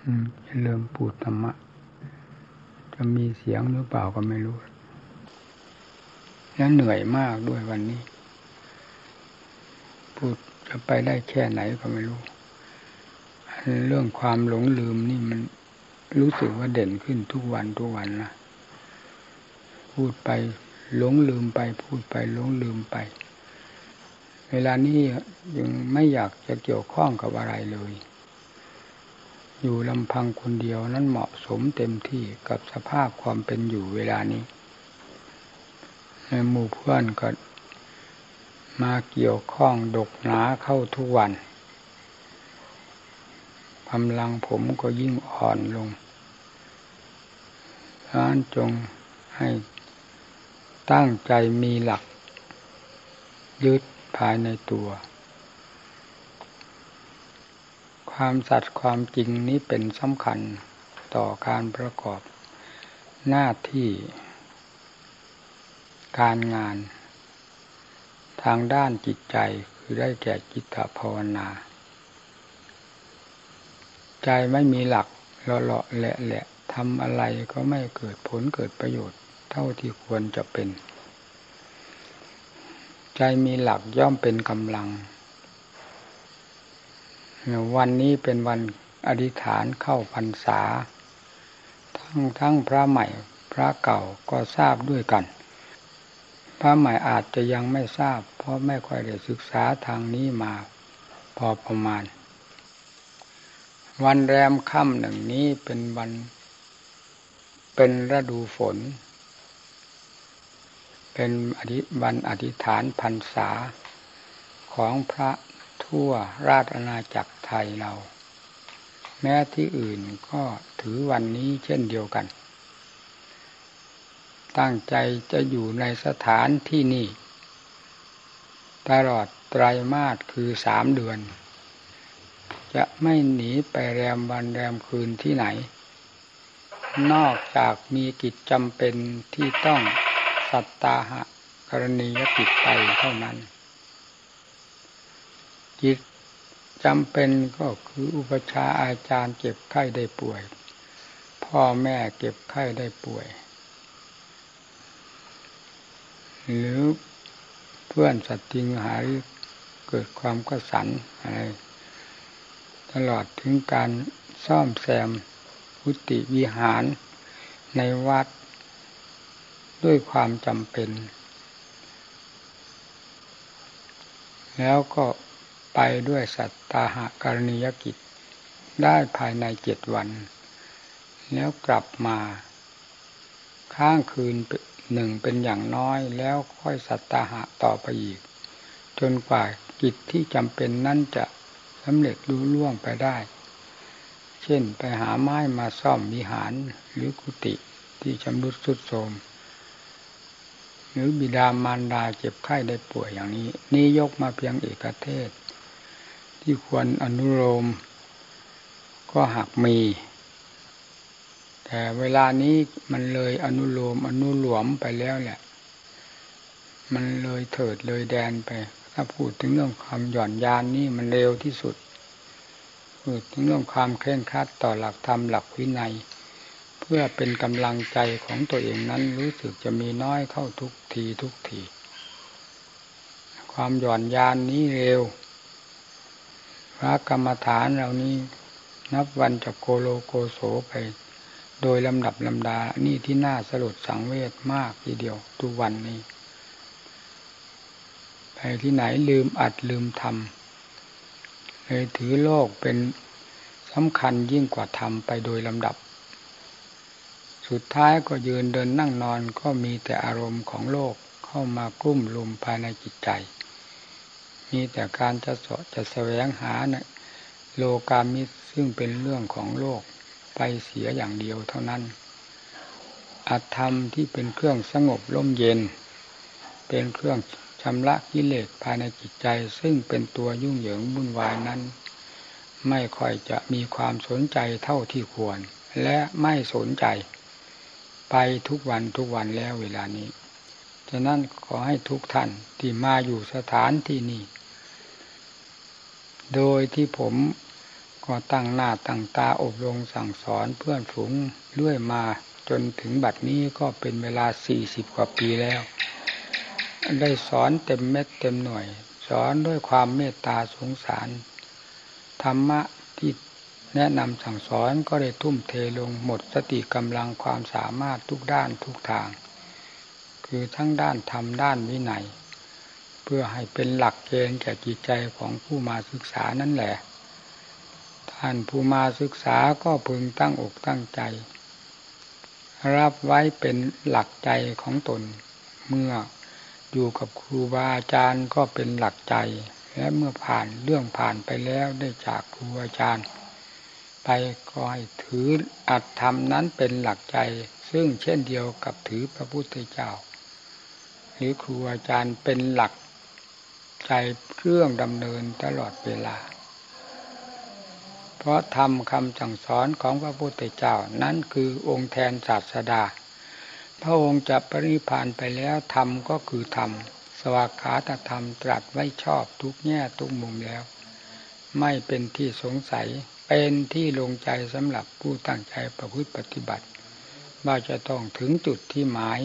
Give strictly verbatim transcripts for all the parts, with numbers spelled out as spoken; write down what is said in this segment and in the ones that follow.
อืมเริ่มพูดธรรมะจะมีเสียงหรือเปล่าก็ไม่รู้แล้วเหนื่อยมากด้วยวันนี้พูดจะไปได้แค่ไหนก็ไม่รู้เรื่องความหลงลืมนี่มันรู้สึกว่าเด่นขึ้นทุกวันทุกวันนะพูดไปหลงลืมไปพูดไปหลงลืมไปเวลานี้ยังไม่อยากจะเกี่ยวข้องกับอะไรเลยอยู่ลำพังคนเดียวนั้นเหมาะสมเต็มที่กับสภาพความเป็นอยู่เวลานี้ในหมู่เพื่อนก็มาเกี่ยวข้องดกหนาเข้าทุกวันกำลังผมก็ยิ่งอ่อนลงฉะนั้นจงให้ตั้งใจมีหลักยึดภายในตัวความสัตย์ความจริงนี้เป็นสำคัญต่อการประกอบหน้าที่การงานทางด้านจิตใจคือได้แก่จิตภาวนาใจไม่มีหลักเลาะๆแหละๆทำอะไรก็ไม่เกิดผลเกิดประโยชน์เท่าที่ควรจะเป็นใจมีหลักย่อมเป็นกำลังวันนี้เป็นวันอธิษฐานเข้าพรรษาทั้งทั้งพระใหม่พระเก่าก็ทราบด้วยกันพระใหม่อาจจะยังไม่ทราบเพราะไม่ค่อยได้ศึกษาทางนี้มาพอประมาณวันแรมค่ำหนึ่งนี้เป็นวันเป็นฤดูฝนเป็นวันอธิษฐานพรรษาของพระทั่วราชอาณาจักรไทยเราแม้ที่อื่นก็ถือวันนี้เช่นเดียวกันตั้งใจจะอยู่ในสถานที่นี้ตลอดไตรมาสคือสามเดือนจะไม่หนีไปแรมวันแรมคืนที่ไหนนอกจากมีกิจจำเป็นที่ต้องสัตตาหะกรณียกิจไปเท่านั้นกิจจำเป็นก็คืออุปชาอาจารย์เจ็บไข้ได้ป่วยพ่อแม่เจ็บไข้ได้ป่วยหรือเพื่อนสัตติงหาริเกิดความกสันอะไรตลอดถึงการซ่อมแซมกุฏิวิหารในวัดด้วยความจำเป็นแล้วก็ไปด้วยสัตตาหกรณียกิจได้ภายในเจ็ดวันแล้วกลับมาค้างคืนหนึ่งเป็นอย่างน้อยแล้วค่อยสัตตาหะต่อไปอีกจนกว่ากิจที่จำเป็นนั้นจะสำเร็จลุล่วงไปได้เช่นไปหาไม้มาซ่อมวิหารหรือกุฏิที่ชำรุดทรุดโทรมหรือบิดามารดาเจ็บไข้ได้ป่วยอย่างนี้นี่ยกมาเพียงเอกเทศที่ควรอนุโลมก็หากมีแต่เวลานี้มันเลยอนุโลมอนุหลวมไปแล้วแหละมันเลยเถิดเลยแดนไปถ้าพูดถึงเรื่องความหย่อนยานนี่มันเร็วที่สุดพูดถึงเรื่องความเคร่งครัดต่อหลักธรรมหลักวินัยเพื่อเป็นกำลังใจของตัวเองนั้นรู้สึกจะมีน้อยเข้าทุกทีทุกทีความหย่อนยานนี้เร็วพระกรรมฐานเหล่านี้นับวันจะโกโลโกโสไปโดยลำดับลำดานี่ที่น่าสลดสังเวชมากทีเดียวทุกวันนี้ไปที่ไหนลืมอัดลืมทำเลยถือโลกเป็นสำคัญยิ่งกว่าธรรมไปโดยลำดับสุดท้ายก็ยืนเดินนั่งนอนก็มีแต่อารมณ์ของโลกเข้ามากลุ่มลุมภายในจิตใจมีแต่การจะเสาะจะแสวงหาโลกามิตรซึ่งเป็นเรื่องของโลกไปเสียอย่างเดียวเท่านั้นอัตธรรมที่เป็นเครื่องสงบร่มเย็นเป็นเครื่องชำระกิเลสภายในจิตใจซึ่งเป็นตัวยุ่งเหยิงวุ่นวายนั้นไม่ค่อยจะมีความสนใจเท่าที่ควรและไม่สนใจไปทุกวันทุกวันแล้วเวลานี้ฉะนั้นขอให้ทุกท่านที่มาอยู่สถานที่นี้โดยที่ผมก็ตั้งหน้าตั้งตาอบรมสั่งสอนเพื่อนฝูงเรื่อยมาจนถึงบัดนี้ก็เป็นเวลาสี่สิบกว่าปีแล้วได้สอนเต็มเม็ดเต็มหน่วยสอนด้วยความเมตตาสงสารธรรมะที่แนะนำสั่งสอนก็ได้ทุ่มเทลงหมดสติกำลังความสามารถทุกด้านทุกทางคือทั้งด้านธรรมด้านวินัยเพื่อให้เป็นหลักเกณฑ์แก่จิตใจของผู้มาศึกษานั่นแหละท่านผู้มาศึกษาก็พึงตั้งอกตั้งใจรับไว้เป็นหลักใจของตนเมื่ออยู่กับครูบาอาจารย์ก็เป็นหลักใจและเมื่อผ่านเรื่องผ่านไปแล้วได้จากครูอาจารย์ไปก็ให้ถืออัตธรรมนั้นเป็นหลักใจซึ่งเช่นเดียวกับถือพระพุทธเจ้าหรือครูอาจารย์เป็นหลักใจเครื่องดำเนินตลอดเวลาเพราะธรรมคำสั่งสอนของพระพุทธเจ้านั้นคือองค์แทนศาสดาพระองค์จะปรินิพพานไปแล้วธรรมก็คือธรรมสวากขาตธรรมตรัสไว้ชอบทุกแง่ทุกมุมแล้วไม่เป็นที่สงสัยเป็นที่ลงใจสำหรับผู้ตั้งใจประพฤติปฏิบัติว่าจะต้องถึงจุดที่หมาย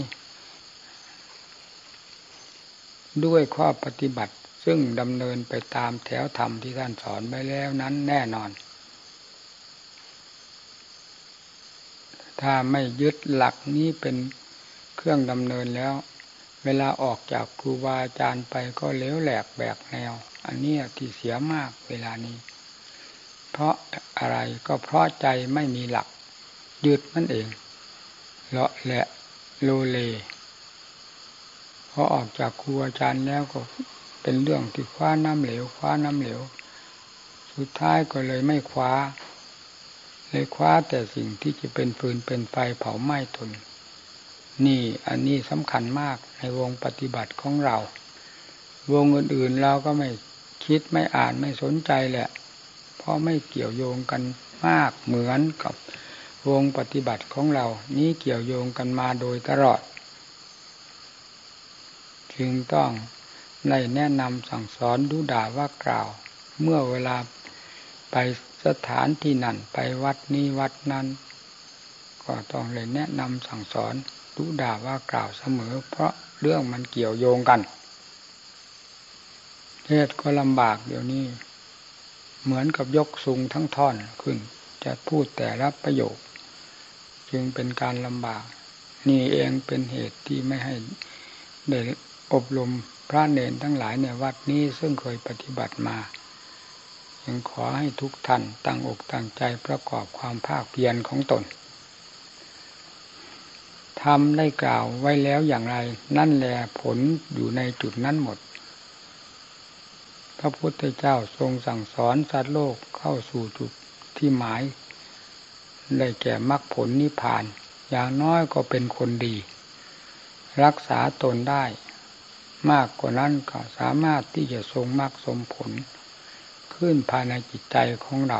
ด้วยข้อปฏิบัติซึ่งดำเนินไปตามแถวธรรมที่ท่านสอนไว้แล้วนั้นแน่นอนถ้าไม่ยึดหลักนี้เป็นเครื่องดำเนินแล้วเวลาออกจากครูบาอาจารย์ไปก็เหลวแหลกแบกแนวอันนี้ที่เสียมากเวลานี้เพราะอะไรก็เพราะใจไม่มีหลักยึดนั่นเองเลาะแหละโลเลพอออกจากครูอาจารย์แล้วก็เป็นเรื่องที่คว้าน้ำเหลวคว้าน้ำเหลวสุดท้ายก็เลยไม่คว้าเลยคว้าแต่สิ่งที่จะเป็นฟืนเป็นไฟเผาไหม้ตนนี่อันนี้สำคัญมากในวงปฏิบัติของเราวงอื่นๆเราก็ไม่คิดไม่อ่านไม่สนใจแหละเพราะไม่เกี่ยวโยงกันมากเหมือนกับวงปฏิบัติของเรานี้เกี่ยวโยงกันมาโดยตลอดจึงต้องได้แนะนำสั่งสอนดุด่าว่ากล่าวเมื่อเวลาไปสถานที่นั่นไปวัดนี้วัดนั้นก็ต้องเลยแนะนำสั่งสอนดุด่าว่ากล่าวเสมอเพราะเรื่องมันเกี่ยวโยงกันเทศก็ลำบากเดี๋ยวนี้เหมือนกับยกสูงทั้งท่อนขึ้นจะพูดแต่ละประโยคจึงเป็นการลำบากนี่เองเป็นเหตุที่ไม่ให้ได้อบรมพระเณรทั้งหลายในวัดนี้ซึ่งเคยปฏิบัติมายังขอให้ทุกท่านตั้งอกตั้งใจประกอบความภาคเพียรของตนทำได้กล่าวไว้แล้วอย่างไรนั่นแหละผลอยู่ในจุดนั้นหมดพระพุทธเจ้าทรงสั่งสอนสัตว์โลกเข้าสู่จุดที่หมายได้แก่มรรคผลนิพพานอย่างน้อยก็เป็นคนดีรักษาตนได้มากกว่านั้นก็สามารถที่จะทรงมรรคทรงผลขึ้นภายในจิตใจของเรา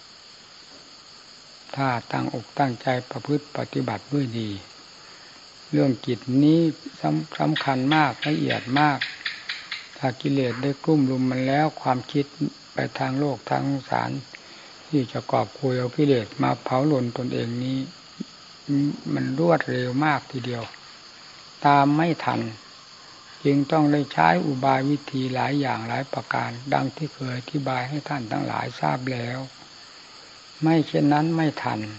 ถ้าตั้งอกตั้งใจประพฤติปฏิบัติด้วยดีเรื่องจิตนี้สำคัญมากละเอียดมากถ้ากิเลสได้กลุ่มรุมมันแล้วความคิดไปทางโลกทางสงสารที่จะกอบโกยเอากิเลสมาเผาหล่นตนเองนี้มันรวดเร็วมากทีเดียวตามไม่ทันจึงต้องได้ใช้อุบายวิธีหลายอย่างหลายประการดังที่เคยอธิบายให้ท่านทั้งหลายทราบแล้วไม่เช่นนั้นไม่ทัน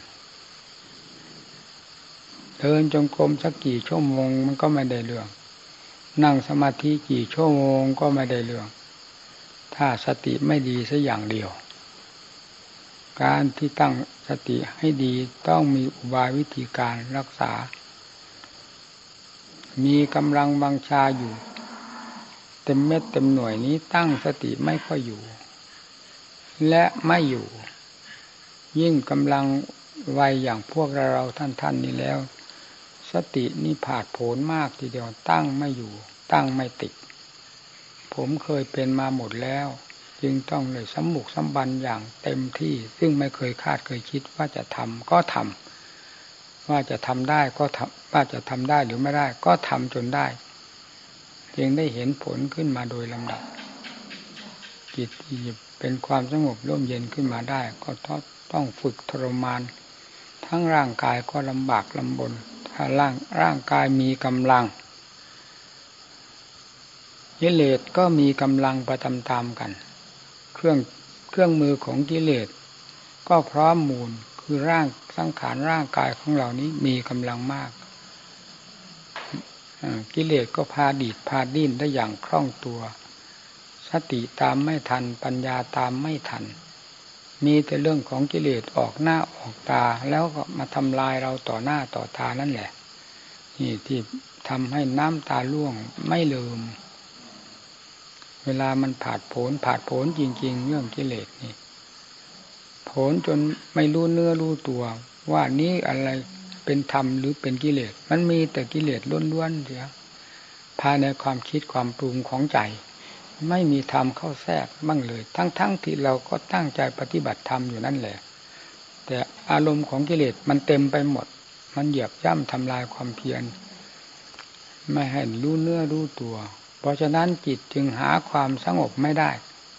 เดินจงกรมสักกี่ชั่วโมงมันก็ไม่ได้เรื่องนั่งสมาธิกี่ชั่วโมงก็ไม่ได้เรื่องถ้าสติไม่ดีสักอย่างเดียวการที่ตั้งสติให้ดีต้องมีอุบายวิธีการรักษามีกำลังบังชาอยู่เต็มเม็ดเต็มหน่วยนี้ตั้งสติไม่ค่อยอยู่และไม่อยู่ยิ่งกำลังวัยอย่างพวกเราเราท่านท่านนี้แล้วสตินี่ผาดโผนมากทีเดียวตั้งไม่อยู่ตั้งไม่ติดผมเคยเป็นมาหมดแล้วจึงต้องเลยสำบุกสำบันอย่างเต็มที่ซึ่งไม่เคยคาดเคยคิดว่าจะทำก็ทำว่าจะทำได้ก็ทำว่าจะทำได้หรือไม่ได้ก็ทำจนได้จึงได้เห็นผลขึ้นมาโดยลำดับจิตที่เป็นความสงบร่มเย็นขึ้นมาได้ก็ต้องฝึกทรมานทั้งร่างกายก็ลำบากลำบนถ้าร่างร่างกายมีกำลังกิเลสก็มีกำลังไปตามๆกันเครื่องเครื่องมือของกิเลสก็พร้อมมูลคือร่างสังขารร่างกายของเรานี้มีกำลังมากกิเลสก็พาดีดพาดิ้นได้อย่างคล่องตัวสติตามไม่ทันปัญญาตามไม่ทันมีแต่เรื่องของกิเลสออกหน้าออกตาแล้วก็มาทำลายเราต่อหน้าต่อตานั่นแหละนี่ที่ทำให้น้ำตาร่วงไม่ลืมเวลามันผาดโผนผาดโผนจริงๆเรื่องกิเลสนี่โผนจนไม่รู้เนื้อรู้ตัวว่านี้อะไรเป็นธรรมหรือเป็นกิเลสมันมีแต่กิเลสล้วนๆเสียภายในความคิดความปรุงของใจไม่มีธรรมเข้าแทรกบ้างเลยทั้งๆ ท, ที่เราก็ตั้งใจปฏิบัติธรรมอยู่นั่นแหละแต่อารมณ์ของกิเลสมันเต็มไปหมดมันเหยียบย่ำทำลายความเพียรไม่ให้รู้เนื้อรู้ตัวเพราะฉะนั้นจิตจึงหาความสงบไม่ได้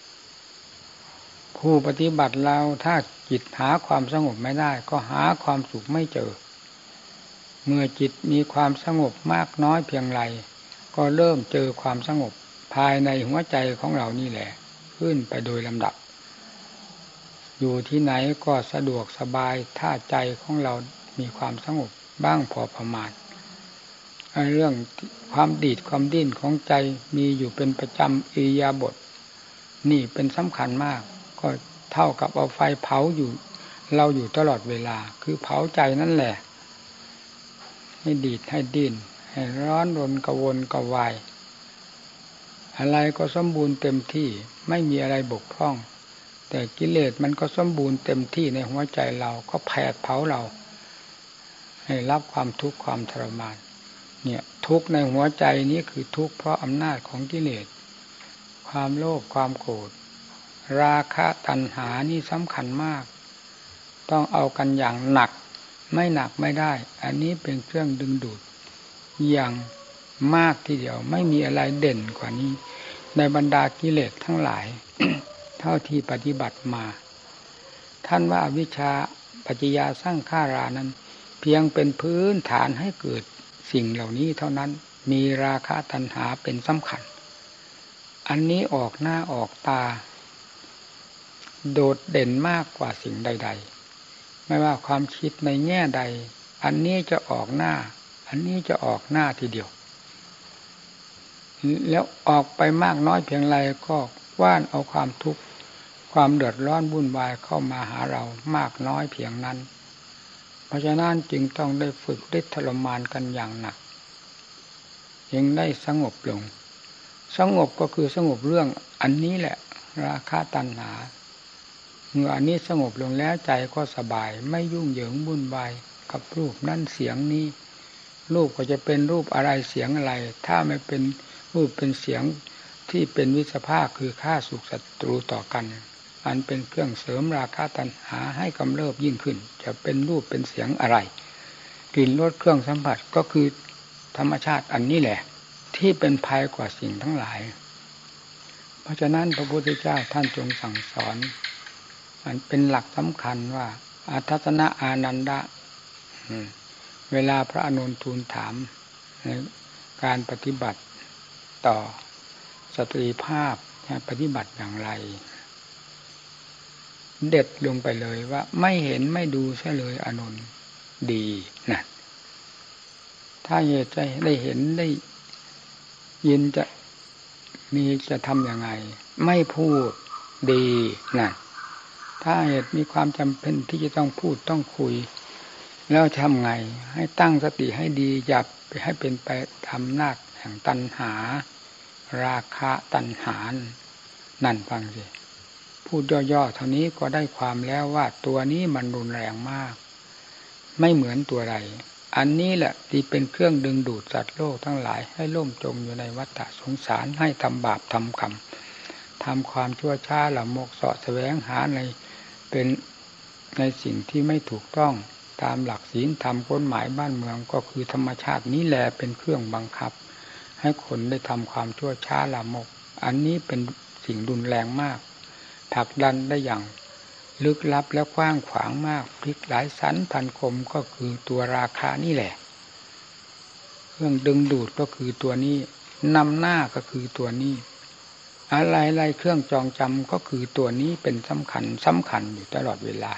ผู้ปฏิบัติเราถ้าจิตหาความสงบไม่ได้ก็หาความสุขไม่เจอเมื่อจิตมีความสงบมากน้อยเพียงไรก็เริ่มเจอความสงบภายในหัวใจของเรานี่แหละขึ้นไปโดยลำดับอยู่ที่ไหนก็สะดวกสบายถ้าใจของเรามีความสงบบ้างพอประมาณเรื่องความดีดความดิ้นของใจมีอยู่เป็นประจำอิริยาบถนี่เป็นสำคัญมากก็เท่ากับเอาไฟเผาอยู่เราอยู่ตลอดเวลาคือเผาใจนั่นแหละให้ดีดให้ดิ้นให้ร้อนรนกระวนกระวายอะไรก็สมบูรณ์เต็มที่ไม่มีอะไรบกพร่องแต่กิเลสมันก็สมบูรณ์เต็มที่ในหัวใจเราก็แผดเผาเราให้รับความทุกข์ความทรมานเนี่ยทุกข์ในหัวใจนี้คือทุกข์เพราะอำนาจของกิเลสความโลภความโกรธราคะตัณหานี่สำคัญมากต้องเอากันอย่างหนักไม่หนักไม่ได้อันนี้เป็นเครื่องดึงดูดอย่างมากทีเดียวไม่มีอะไรเด่นกว่านี้ในบรรดากิเลสทั้งหลาย เท่าที่ปฏิบัติมาท่านว่าอวิชชาปัจจยาสังขารานั้นเพียงเป็นพื้นฐานให้เกิดสิ่งเหล่านี้เท่านั้นมีราคะตัณหาเป็นสำคัญอันนี้ออกหน้าออกตาโดดเด่นมากกว่าสิ่งใดๆไม่ว่าความคิดในแง่ใดอันนี้จะออกหน้าอันนี้จะออกหน้าทีเดียวแล้วออกไปมากน้อยเพียงไรก็ว่านเอาความทุกข์ความเดือดร้อนวุ่นวายเข้ามาหาเรามากน้อยเพียงนั้นเพราะฉะนั้นจึงต้องได้ฝึกได้ทรมานกันอย่างหนักยังได้สงบลงสงบก็คือสงบเรื่องอันนี้แหละราคะตัณหาเมื่ออันนี้สงบลงแล้วใจก็สบายไม่ยุ่งเหยิงวุ่นวายกับรูปนั่นเสียงนี้รูปก็จะเป็นรูปอะไรเสียงอะไรถ้าไม่เป็นรูปเป็นเสียงที่เป็นวิสภาคคือฆ่าศึกศัตรูต่อกันอันเป็นเครื่องเสริมราคะตัณหาให้กำเริบยิ่งขึ้นจะเป็นรูปเป็นเสียงอะไรกลิ่นรสเครื่องสัมผัสก็คือธรรมชาติอันนี้แหละที่เป็นภัยกว่าสิ่งทั้งหลายเพราะฉะนั้นพระพุทธเจ้าท่านจงสั่งสอนมันเป็นหลักสำคัญว่าอาทัศนะอานันดะเวลาพระอานนท์ทูลถามในการปฏิบัติต่อสตรีภาพปฏิบัติอย่างไรเด็ดลงไปเลยว่าไม่เห็นไม่ดูใช่เลยอานนท์ดีนะถ้าเหตุจะได้เห็นได้ยินจะมีจะทำยังไงไม่พูดดีนะถ้าเหตุมีความจำเป็นที่จะต้องพูดต้องคุยแล้วทำไงให้ตั้งสติให้ดีอย่าไปให้เป็นไปตามอำนาจแห่งตัณหาราคะตัณหานั่นฟังสิพูดย่อๆเท่านี้ก็ได้ความแล้วว่าตัวนี้มันรุนแรงมากไม่เหมือนตัวใดอันนี้แหละที่เป็นเครื่องดึงดูดสัตว์โลกทั้งหลายให้ล่มจมอยู่ในวัฏฏะสงสารให้ทำบาปทำกรรมทำความชั่วช้าละโมกเสาะแสวงหาในเป็นในสิ่งที่ไม่ถูกต้องตามหลักศีลธรรมกฎหมายบ้านเมืองก็คือธรรมชาตินี้แหละเป็นเครื่องบังคับให้คนได้ทำความชั่วช้าละโมกอันนี้เป็นสิ่งรุนแรงมากผลักดันได้อย่างลึกลับและกว้างขวางมากพลิกหลายสันพันคมก็คือตัวราคะนี่แหละเครื่องดึงดูดก็คือตัวนี้นำหน้าก็คือตัวนี้อะไรๆเครื่องจองจำก็คือตัวนี้เป็นสำคัญสำคัญอยู่ตลอดเวลา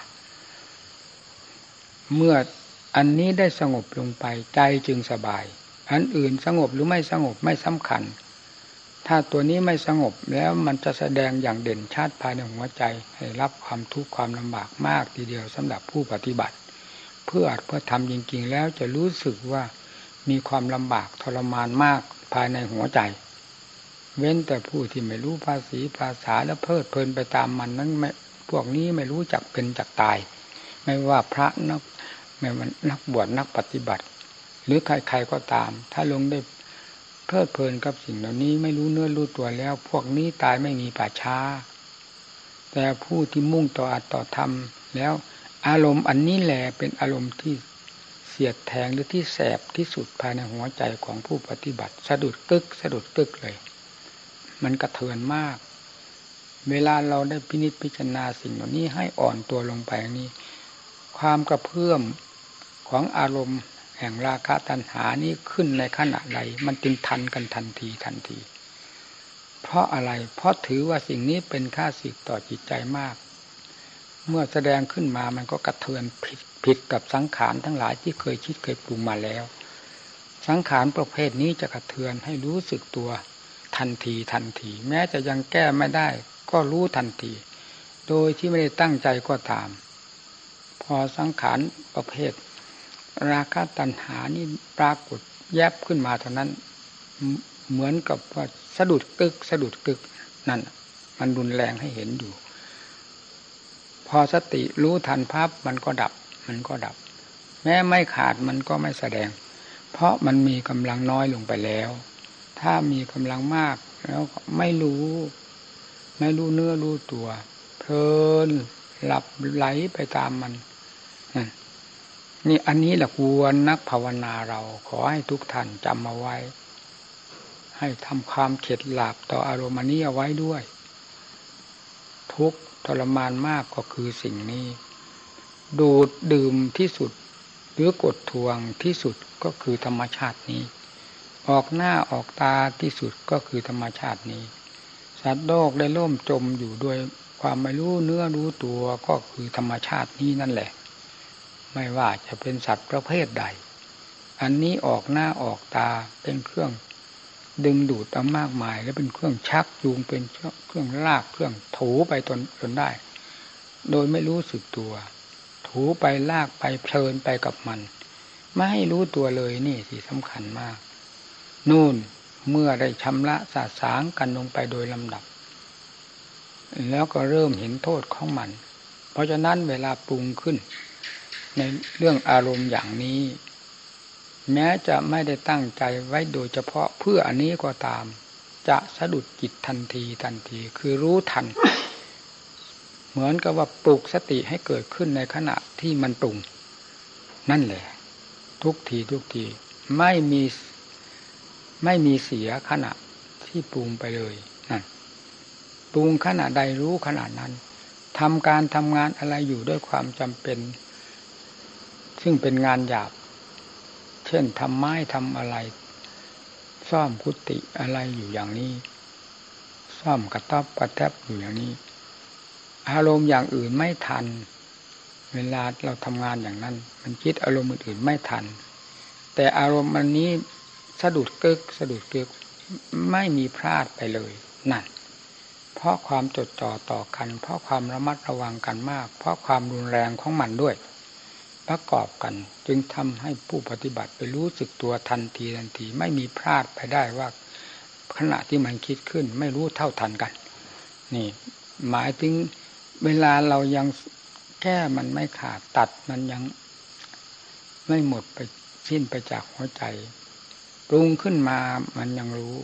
เมื่ออันนี้ได้สงบลงไปใจจึงสบายอันอื่นสงบหรือไม่สงบไม่สำคัญถ้าตัวนี้ไม่สงบแล้วมันจะแสดงอย่างเด่นชัดภายในหัวใจให้รับความทุกข์ความลำบากมากทีเดียวสำหรับผู้ปฏิบัติเพื่อเพื่อทำจริงๆแล้วจะรู้สึกว่ามีความลำบากทรมานมากภายในหัวใจเว้นแต่ผู้ที่ไม่รู้ภาษีภาษาและเพลิดเพลินไปตามมันนั้นไม่พวกนี้ไม่รู้จักเป็นจักตายไม่ว่าพระนักไม่ว่านักบวชนักปฏิบัติหรือใครๆก็ตามถ้าลงได้เพลิดเพลินกับสิ่งเหล่านี้ไม่รู้เนื้อรู้ตัวแล้วพวกนี้ตายไม่มีป่าช้าแต่ผู้ที่มุ่งต่ออัตต่อธรรมแล้วอารมณ์อันนี้แหละเป็นอารมณ์ที่เสียดแทงหรือที่แสบที่สุดภายในหัวใจของผู้ปฏิบัติสะดุดตึกสะดุดตึกเลยมันกระเทือนมากเวลาเราได้พินิจพิจารณาสิ่งเหล่านี้ให้อ่อนตัวลงไปนี้ความกระเพื่อมของอารมณ์แห่งราคะตัณหานี้ขึ้นในขณะใดมันจึงทันกันทันทีทันทีเพราะอะไรเพราะถือว่าสิ่งนี้เป็นค่าศึกต่อจิตใจมากเมื่อแสดงขึ้นมามันก็กระเทือนผิดผิดกับสังขารทั้งหลายที่เคยคิดเคยปรุงมาแล้วสังขารประเภทนี้จะกระเทือนให้รู้สึกตัวทันทีทันทีแม้จะยังแก้ไม่ได้ก็รู้ทันทีโดยที่ไม่ได้ตั้งใจก็ตามพอสังขารประเภทราคะตัณหานี่ปรากฏแยบขึ้นมาเท่านั้นเหมือนกับว่าสะดุดกึกสะดุดกึกนั่นมันรุนแรงให้เห็นอยู่พอสติรู้ทันภาพมันก็ดับมันก็ดับแม้ไม่ขาดมันก็ไม่แสดงเพราะมันมีกำลังน้อยลงไปแล้วถ้ามีกำลังมากแล้วไม่รู้ไม่รู้เนื้อรู้ตัวเพลินหลับไหลไปตามมันนี่อันนี้แหละควรนักภาวนาเราขอให้ทุกท่านจำเอาไว้ให้ทำความเข็ดหลาบต่ออารมณ์นี้เอาไว้ด้วยทุกข์ทรมานมากก็คือสิ่งนี้ดูดดื่มที่สุดหรือกดทวงที่สุดก็คือธรรมชาตินี้ออกหน้าออกตาที่สุดก็คือธรรมชาตินี้สัตว์โลกได้ล่มจมอยู่ด้วยความไม่รู้เนื้อรู้ตัวก็คือธรรมชาตินี้นั่นแหละไม่ว่าจะเป็นสัตว์ประเภทใดอันนี้ออกหน้าออกตาเป็นเครื่องดึงดูดเอามากมายและเป็นเครื่องชักจูงเป็นเครื่องลากเครื่องถูไปจนจนได้โดยไม่รู้สึกตัวถูไปลากไปเพลินไปกับมันไม่ให้รู้ตัวเลยนี่สิสำคัญมากนู่นเมื่อได้ชำระสาสางกันลงไปโดยลำดับแล้วก็เริ่มเห็นโทษของมันเพราะฉะนั้นเวลาปรุงขึ้นในเรื่องอารมณ์อย่างนี้แม้จะไม่ได้ตั้งใจไว้โดยเฉพาะเพื่ออันนี้ก็ตามจะสะดุดจิตทันทีทันทีคือรู้ทันเหมือนกับว่าปลุกสติให้เกิดขึ้นในขณะที่มันปรุงนั่นแหละทุกทีทุกทีไม่มีไม่มีเสียขณะที่ปรุงไปเลยนั่นปรุงขณะใดรู้ขณะนั้นทำการทำงานอะไรอยู่ด้วยความจำเป็นซึ่งเป็นงานหยาบเช่นทำไม้ทำอะไรซ่อมกุฏิอะไรอยู่อย่างนี้ซ่อมกระต๊อบกระแทบอยู่อย่างนี้อารมณ์อย่างอื่นไม่ทันเวลาเราทำงานอย่างนั้นมันคิดอารมณ์อื่นๆไม่ทันแต่อารมณ์อันนี้สะดุดกึกสะดุดกึกไม่มีพลาดไปเลยนั่นเพราะความจดจ่อต่อกันเพราะความระมัดระวังกันมากเพราะความรุนแรงของมันด้วยประกอบกันจึงทำให้ผู้ปฏิบัติไปรู้สึกตัวทันทีทันทีไม่มีพลาดไปได้ว่าขณะที่มันคิดขึ้นไม่รู้เท่าทันกันนี่หมายถึงเวลาเรายังแก้มันไม่ขาดตัดมันยังไม่หมดไปสิ้นไปจากหัวใจปรุงขึ้นมามันยังรู้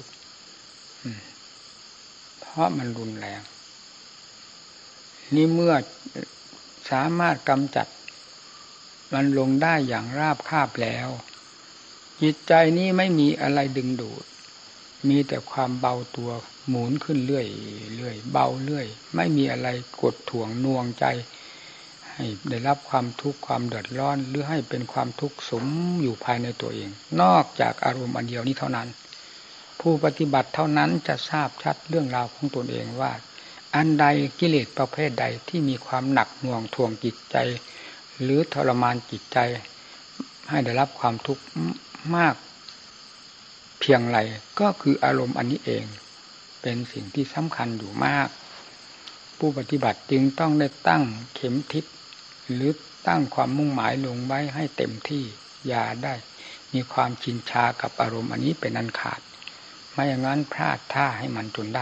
เพราะมันรุนแรงนี่เมื่อสามารถกำจัดมันลงได้อย่างราบคาบแล้วจิตใจนี้ไม่มีอะไรดึงดูดมีแต่ความเบาตัวหมุนขึ้นเรื่อยเรื่อยเบาเรื่อยไม่มีอะไรกดถ่วงน่วงใจให้ได้รับความทุกข์ความเดือดร้อนหรือให้เป็นความทุกข์สมอยู่ภายในตัวเองนอกจากอารมณ์อันเดียวนี้เท่านั้นผู้ปฏิบัติเท่านั้นจะทราบชัดเรื่องราวของตนเองว่าอันใดกิเลสประเภทใดที่มีความหนักหน่วงถ่วงจิตใจหรือทรมานจิตใจให้ได้รับความทุกข์มากเพียงไรก็คืออารมณ์อันนี้เองเป็นสิ่งที่สำคัญอยู่มากผู้ปฏิบัติจึงต้องได้ตั้งเข็มทิศหรือตั้งความมุ่งหมายลงไว้ให้เต็มที่อย่าได้มีความชินชากับอารมณ์อันนี้เป็นอันขาดไม่อย่างนั้นพลาดท่าให้มันจนได้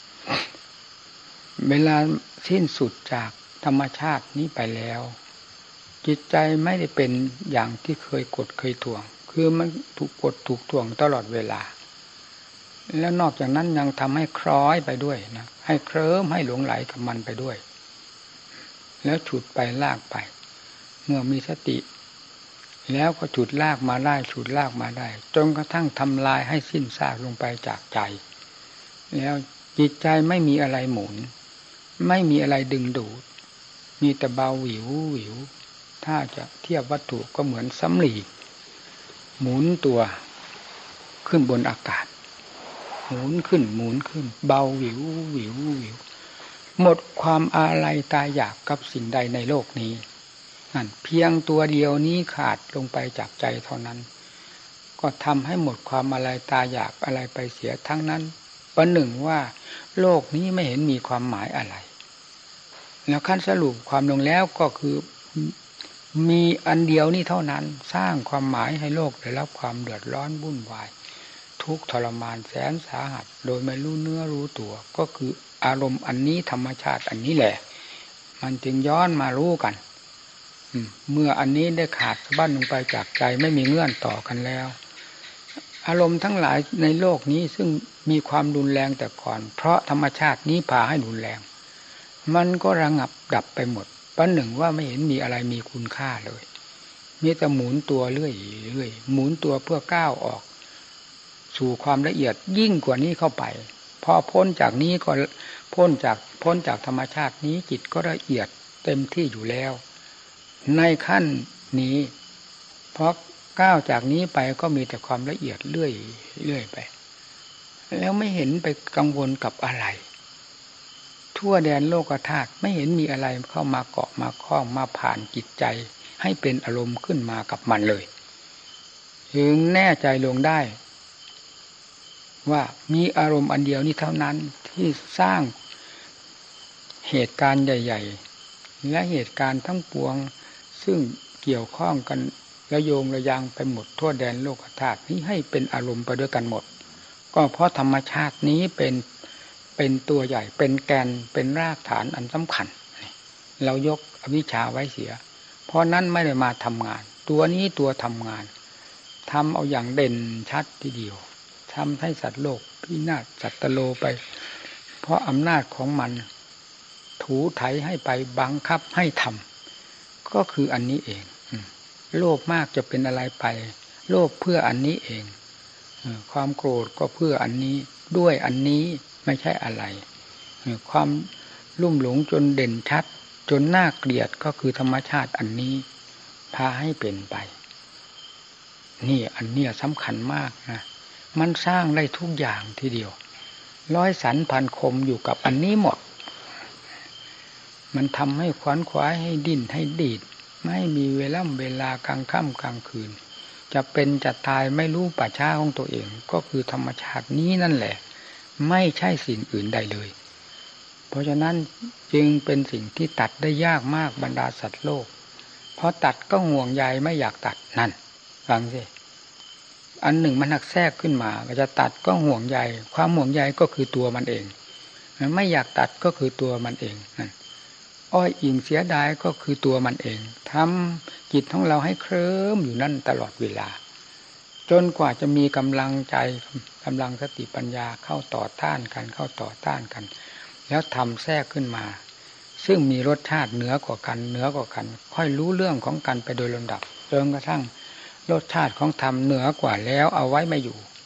เวลาสิ้นสุดจากธรรมชาตินี้ไปแล้วจิตใจไม่ได้เป็นอย่างที่เคยกดเคยถ่วงคือมันถูกกดถูกถ่วงตลอดเวลาแล้วนอกจากนั้นยังทำให้คล้อยไปด้วยนะให้เคลิ้มให้หลงไหลกับมันไปด้วยแล้วฉุดไปลากไปเมื่อมีสติแล้วก็ฉุดลากมาได้ฉุดลากมาได้จนกระทั่งทำลายให้สิ้นซากลงไปจากใจแล้วจิตใจไม่มีอะไรหมุนไม่มีอะไรดึงดูดมีแต่เบาหวิวหวิวถ้าจะเทียบวัตถุก็เหมือนสำลีหมุนตัวขึ้นบนอากาศหมุนขึ้นหมุนขึ้นเบาหวิวหวิวหวิวหมดความอาลัยตายอยากกับสิ่งใดในโลกนี้นั่นเพียงตัวเดียวนี้ขาดลงไปจากใจเท่านั้นก็ทำให้หมดความอาลัยตายอยากอะไรไปเสียทั้งนั้นประหนึ่งว่าโลกนี้ไม่เห็นมีความหมายอะไรแล้วขั้นสรุปความลงแล้วก็คือมีอันเดียวนี้เท่านั้นสร้างความหมายให้โลกได้รับความเดือดร้อนวุ่นวายทุกข์ทรมานแสนสาหัสโดยไม่รู้เนื้อรู้ตัวก็คืออารมณ์อันนี้ธรรมชาติอันนี้แหละมันจึงย้อนมารู้กันเมื่ออันนี้ได้ขาดสะบั้นลงไปจากใจไม่มีเงื่อนต่อกันแล้วอารมณ์ทั้งหลายในโลกนี้ซึ่งมีความรุนแรงแต่ก่อนเพราะธรรมชาตินี้พาให้รุนแรงมันก็ระงับดับไปหมดประหนึ่งว่าไม่เห็นมีอะไรมีคุณค่าเลยมีแต่หมุนตัวเรื่อยเรื่อยหมุนตัวเพื่อก้าวออกสู่ความละเอียดยิ่งกว่านี้เข้าไปพอพ้นจากนี้ก็พ้นจากพ้นจากธรรมชาตินี้จิตก็ละเอียดเต็มที่อยู่แล้วในขั้นนี้เพราะก้าวจากนี้ไปก็มีแต่ความละเอียดเรื่อยเรื่อยไปแล้วไม่เห็นไปกังวลกับอะไรทั่วแดนโลกธาตุไม่เห็นมีอะไรเข้ามาเกาะมาคล้องมาผ่านจิตใจให้เป็นอารมณ์ขึ้นมากับมันเลยจึงแน่ใจลงได้ว่ามีอารมณ์อันเดียวนี้เท่านั้นที่สร้างเหตุการณ์ใหญ่ๆและเหตุการณ์ทั้งปวงซึ่งเกี่ยวข้องกันระโยงระยางไปหมดทั่วแดนโลกธาตุนี้ให้เป็นอารมณ์ไปด้วยกันหมดก็เพราะธรรมชาตินี้เป็นเป็นตัวใหญ่เป็นแกนเป็นรากฐานอันสำคัญเรายกอวิชชาไว้เสียเพราะนั้นไม่ได้มาทำงานตัวนี้ตัวทำงานทำเอาอย่างเด่นชัดทีเดียวทำให้สัตว์โลกพินาศสัตตโลไปเพราะอำนาจของมันถูไถให้ไปบังคับให้ทำก็คืออันนี้เองโลภมากจะเป็นอะไรไปโลภเพื่ออันนี้เองความโกรธก็เพื่ออันนี้ด้วยอันนี้ไม่ใช่อะไรความลุ่มหลงจนเด่นชัดจนน่าเกลียดก็คือธรรมชาติอันนี้พาให้เป็นไปนี่อันนี้สำคัญมากนะมันสร้างได้ทุกอย่างทีเดียวร้อยสันพันคมอยู่กับอันนี้หมดมันทำให้ขวนขวายให้ดิ้นให้ดีดไม่มีเวลาเวลากลางค่ำกลางคืนจะเป็นจะตายไม่รู้ป่าช้าของตัวเองก็คือธรรมชาตินี้นั่นแหละไม่ใช่สิ่งอื่นใดเลยเพราะฉะนั้นจึงเป็นสิ่งที่ตัดได้ยากมากบรรดาสัตว์โลกเพราะตัดก็ห่วงใยไม่อยากตัดนั่นฟังสิอันหนึ่งมันหักแทรกขึ้นมาก็จะตัดก็ห่วงใยความห่วงใยก็คือตัวมันเองไม่อยากตัดก็คือตัวมันเองนั่นอ้อยอิงเสียดายก็คือตัวมันเองทำจิตของเราให้เคลิ้มอยู่นั่นตลอดเวลาจนกว่าจะมีกำลังใจกำลังสติปัญญาเข้าต่อต้านกันเข้าต่อต้านกันแล้วทำแทรกขึ้นมาซึ่งมีรสชาติเหนือกว่ากันเหนือกว่ากันค่อยรู้เรื่องของกันไปโดยลำดับจนกระทั่งรสชาติของธรรมเหนือกว่าแล้วเอาไว้ไม่อยู่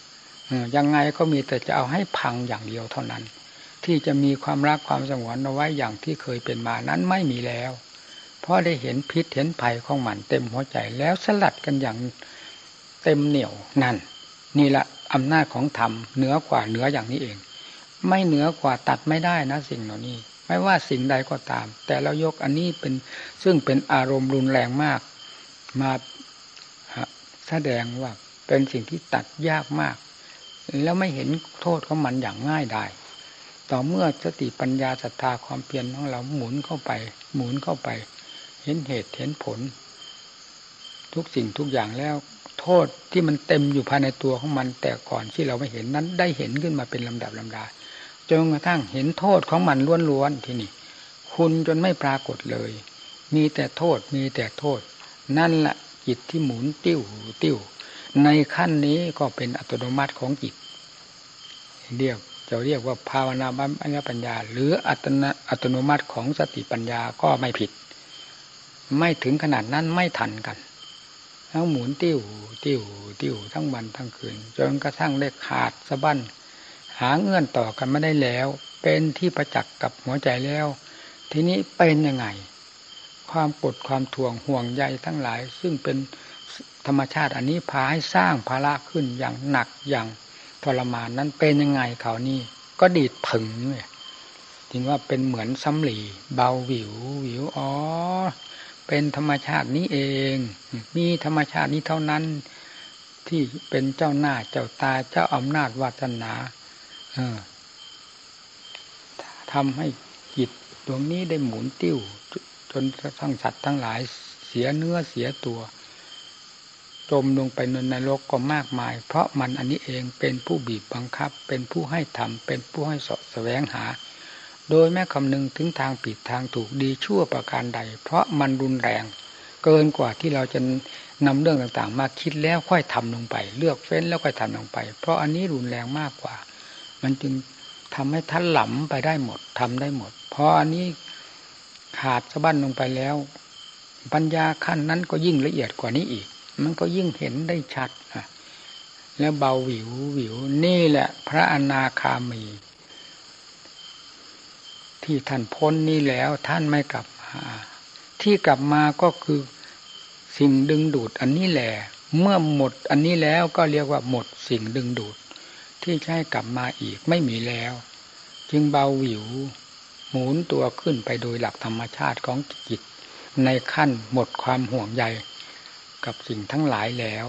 ยังไงก็มีแต่จะเอาให้พังอย่างเดียวเท่านั้นที่จะมีความรักความสงวนเอาไว้อย่างที่เคยเป็นมานั้นไม่มีแล้วเพราะได้เห็นพิษเห็นภัยของมันเต็มหัวใจแล้วสลัดกันอย่างเต็มเหนี่ยวนั่นนี่แหละอำนาจของธรรมเหนือกว่าเหนืออย่างนี้เองไม่เหนือกว่าตัดไม่ได้นะสิ่งเหล่านี้ไม่ว่าสิ่งใดก็ตามแต่เรายกอันนี้เป็นซึ่งเป็นอารมณ์รุนแรงมากมาแสดงว่าเป็นสิ่งที่ตัดยากมากแล้วไม่เห็นโทษของมันอย่างง่ายดายต่อเมื่อสติปัญญาศรัทธาความเพียรของเราหมุนเข้าไปหมุนเข้าไปเห็นเหตุเห็นผลทุกสิ่งทุกอย่างแล้วโทษที่มันเต็มอยู่ภายในตัวของมันแต่ก่อนที่เราไม่เห็นนั้นได้เห็นขึ้นมาเป็นลำดับลำดาจนกระทั่งเห็นโทษของมันล้วนๆที่นี่คุณจนไม่ปรากฏเลยมีแต่โทษมีแต่โทษนั่นแหละจิตที่หมุนติ้วติ้วในขั้นนี้ก็เป็นอัตโนมัติของจิตเรียกจะเรียกว่าภาวนาบัมปัญญาหรืออัตนะอัตโนมัติของสติปัญญาก็ไม่ผิดไม่ถึงขนาดนั้นไม่ทันกันทั้งหมุนติ้วติ้วติ้วทั้งวันทั้งคืนจนกระทั่งได้ขาดสะบั้นหาเงื่อนต่อกันไม่ได้แล้วเป็นที่ประจักษ์กับหัวใจแล้วทีนี้เป็นยังไงความปวดความถ่วงห่วงใยทั้งหลายซึ่งเป็นธรรมชาติอันนี้พาให้สร้างภาระขึ้นอย่างหนักอย่างทรมานนั้นเป็นยังไงเขานี่ก็ดีดผึ่งเนี่ยจริงว่าเป็นเหมือนสำลีเบาหวิวหวิวอ๋อเป็นธรรมชาตินี้เองมีธรรมชาตินี้เท่านั้นที่เป็นเจ้าหน้าเจ้าตาเจ้าอำนาจวาสนาเออทำให้จิตดวงนี้ได้หมุนติ้วจนทั้งสัตว์ทั้งหลายเสียเนื้อเสียตัวจมลงไปในนรกก็มากมายเพราะมันอันนี้เองเป็นผู้บีบบังคับเป็นผู้ให้ทำเป็นผู้ให้เสาะแสวงหาโดยแม้คำนึงถึงทางผิดทางถูกดีชั่วประการใดเพราะมันรุนแรงเกินกว่าที่เราจะนำเรื่องต่างๆมาคิดแล้วค่อยทำลงไปเลือกเฟ้นแล้วค่อยทำลงไปเพราะอันนี้รุนแรงมากกว่ามันจึงทำให้ท่านหล่ำไปได้หมดทำได้หมดเพราะอันนี้ขาดสะบั้นลงไปแล้วปัญญาขั้นนั้นก็ยิ่งละเอียดกว่านี้อีกมันก็ยิ่งเห็นได้ชัดแล้วเบาหวิวหวิวนี่แหละพระอนาคามีที่ท่านพ้นนี่แล้วท่านไม่กลับมาที่กลับมาก็คือสิ่งดึงดูดอันนี้แหละเมื่อหมดอันนี้แล้วก็เรียกว่าหมดสิ่งดึงดูดที่จะให้กลับมาอีกไม่มีแล้วจึงเบาหวิวหมุนตัวขึ้นไปโดยหลักธรรมชาติของจิตในขั้นหมดความห่วงใยกับสิ่งทั้งหลายแล้ว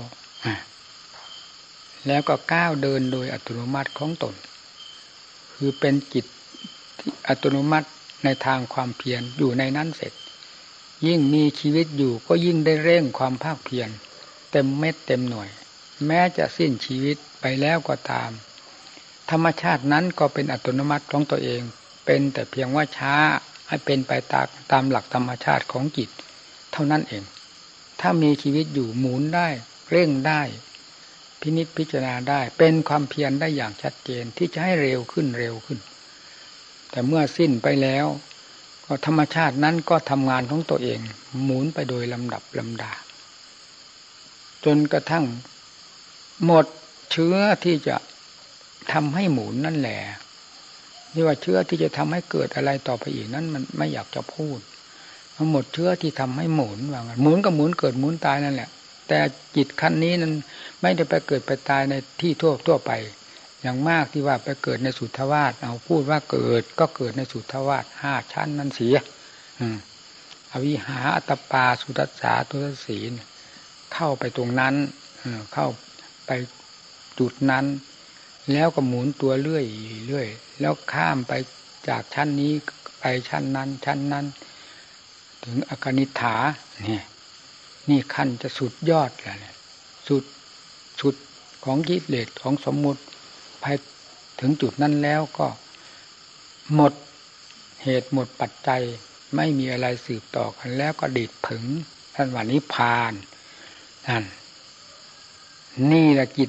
แล้วก็ก้าวเดินโดยอัตโนมัติของตนคือเป็นจิตที่อัตโนมัติในทางความเพียรอยู่ในนั้นเสร็จยิ่งมีชีวิตอยู่ก็ยิ่งได้เร่งความภาคเพียรเต็มเม็ดเต็มหน่วยแม้จะสิ้นชีวิตไปแล้วก็ตามธรรมชาตินั้นก็เป็นอัตโนมัติของตัวเองเป็นแต่เพียงว่าช้าให้เป็นไปตามตามหลักธรรมชาติของจิตเท่านั้นเองถ้ามีชีวิตอยู่หมุนได้เร่งได้พินิจพิจารณาได้เป็นความเพียรได้อย่างชัดเจนที่จะให้เร็วขึ้นเร็วขึ้นแต่เมื่อสิ้นไปแล้วก็ธรรมชาตินั้นก็ทำงานของตัวเองหมุนไปโดยลำดับลำดาจนกระทั่งหมดเชื้อที่จะทำให้หมุนนั่นแหละนี่ว่าเชื้อที่จะทำให้เกิดอะไรต่อไปอีกนั้นมันไม่อยากจะพูดทั้งหมดเชื้อที่ทำให้หมุนว่างั้นหมุนก็หมุนเกิดหมุนตายนั่นแหละแต่จิตขั้นนี้นั้นไม่ได้ไปเกิดไปตายในที่ทั่วทั่วไปอย่างมากที่ว่าไปเกิดในสุทธวาสเอาพูดว่าเกิดก็เกิดในสุทธวาสห้าชั้นนั่นเสียอืมอวิหาอัตตปาสุตัสสาตุสสีเข้าไปตรงนั้นเข้าไปจุดนั้นแล้วก็หมุนตัวเรื่อยเรื่อยแล้วข้ามไปจากชั้นนี้ไปชั้นนั้นชั้นนั้นถึงอกนิฏฐาเนี่ยนี่ขั้นจะสุดยอดเลยสุดสุดของกิเลสของสมมุติไปถึงจุดนั้นแล้วก็หมดเหตุหมดปัจจัยไม่มีอะไรสืบต่อกันแล้วก็ดิดผึ่งท่านว่านิพพานนั่นนี่แหละกิจ